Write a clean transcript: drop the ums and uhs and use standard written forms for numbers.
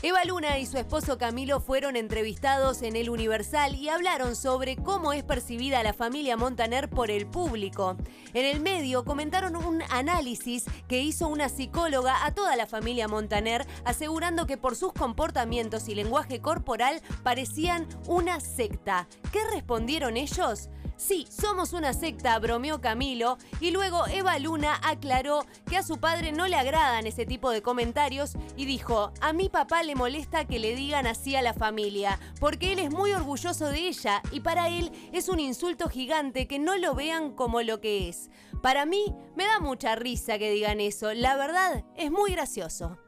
Eva Luna y su esposo Camilo fueron entrevistados en El Universal y hablaron sobre cómo es percibida la familia Montaner por el público. En el medio comentaron un análisis que hizo una psicóloga a toda la familia Montaner, asegurando que por sus comportamientos y lenguaje corporal parecían una secta. ¿Qué respondieron ellos? Sí, somos una secta, bromeó Camilo, y luego Eva Luna aclaró que a su padre no le agradan ese tipo de comentarios y dijo: a mi papá le molesta que le digan así a la familia, porque él es muy orgulloso de ella y para él es un insulto gigante que no lo vean como lo que es. Para mí me da mucha risa que digan eso, la verdad es muy gracioso.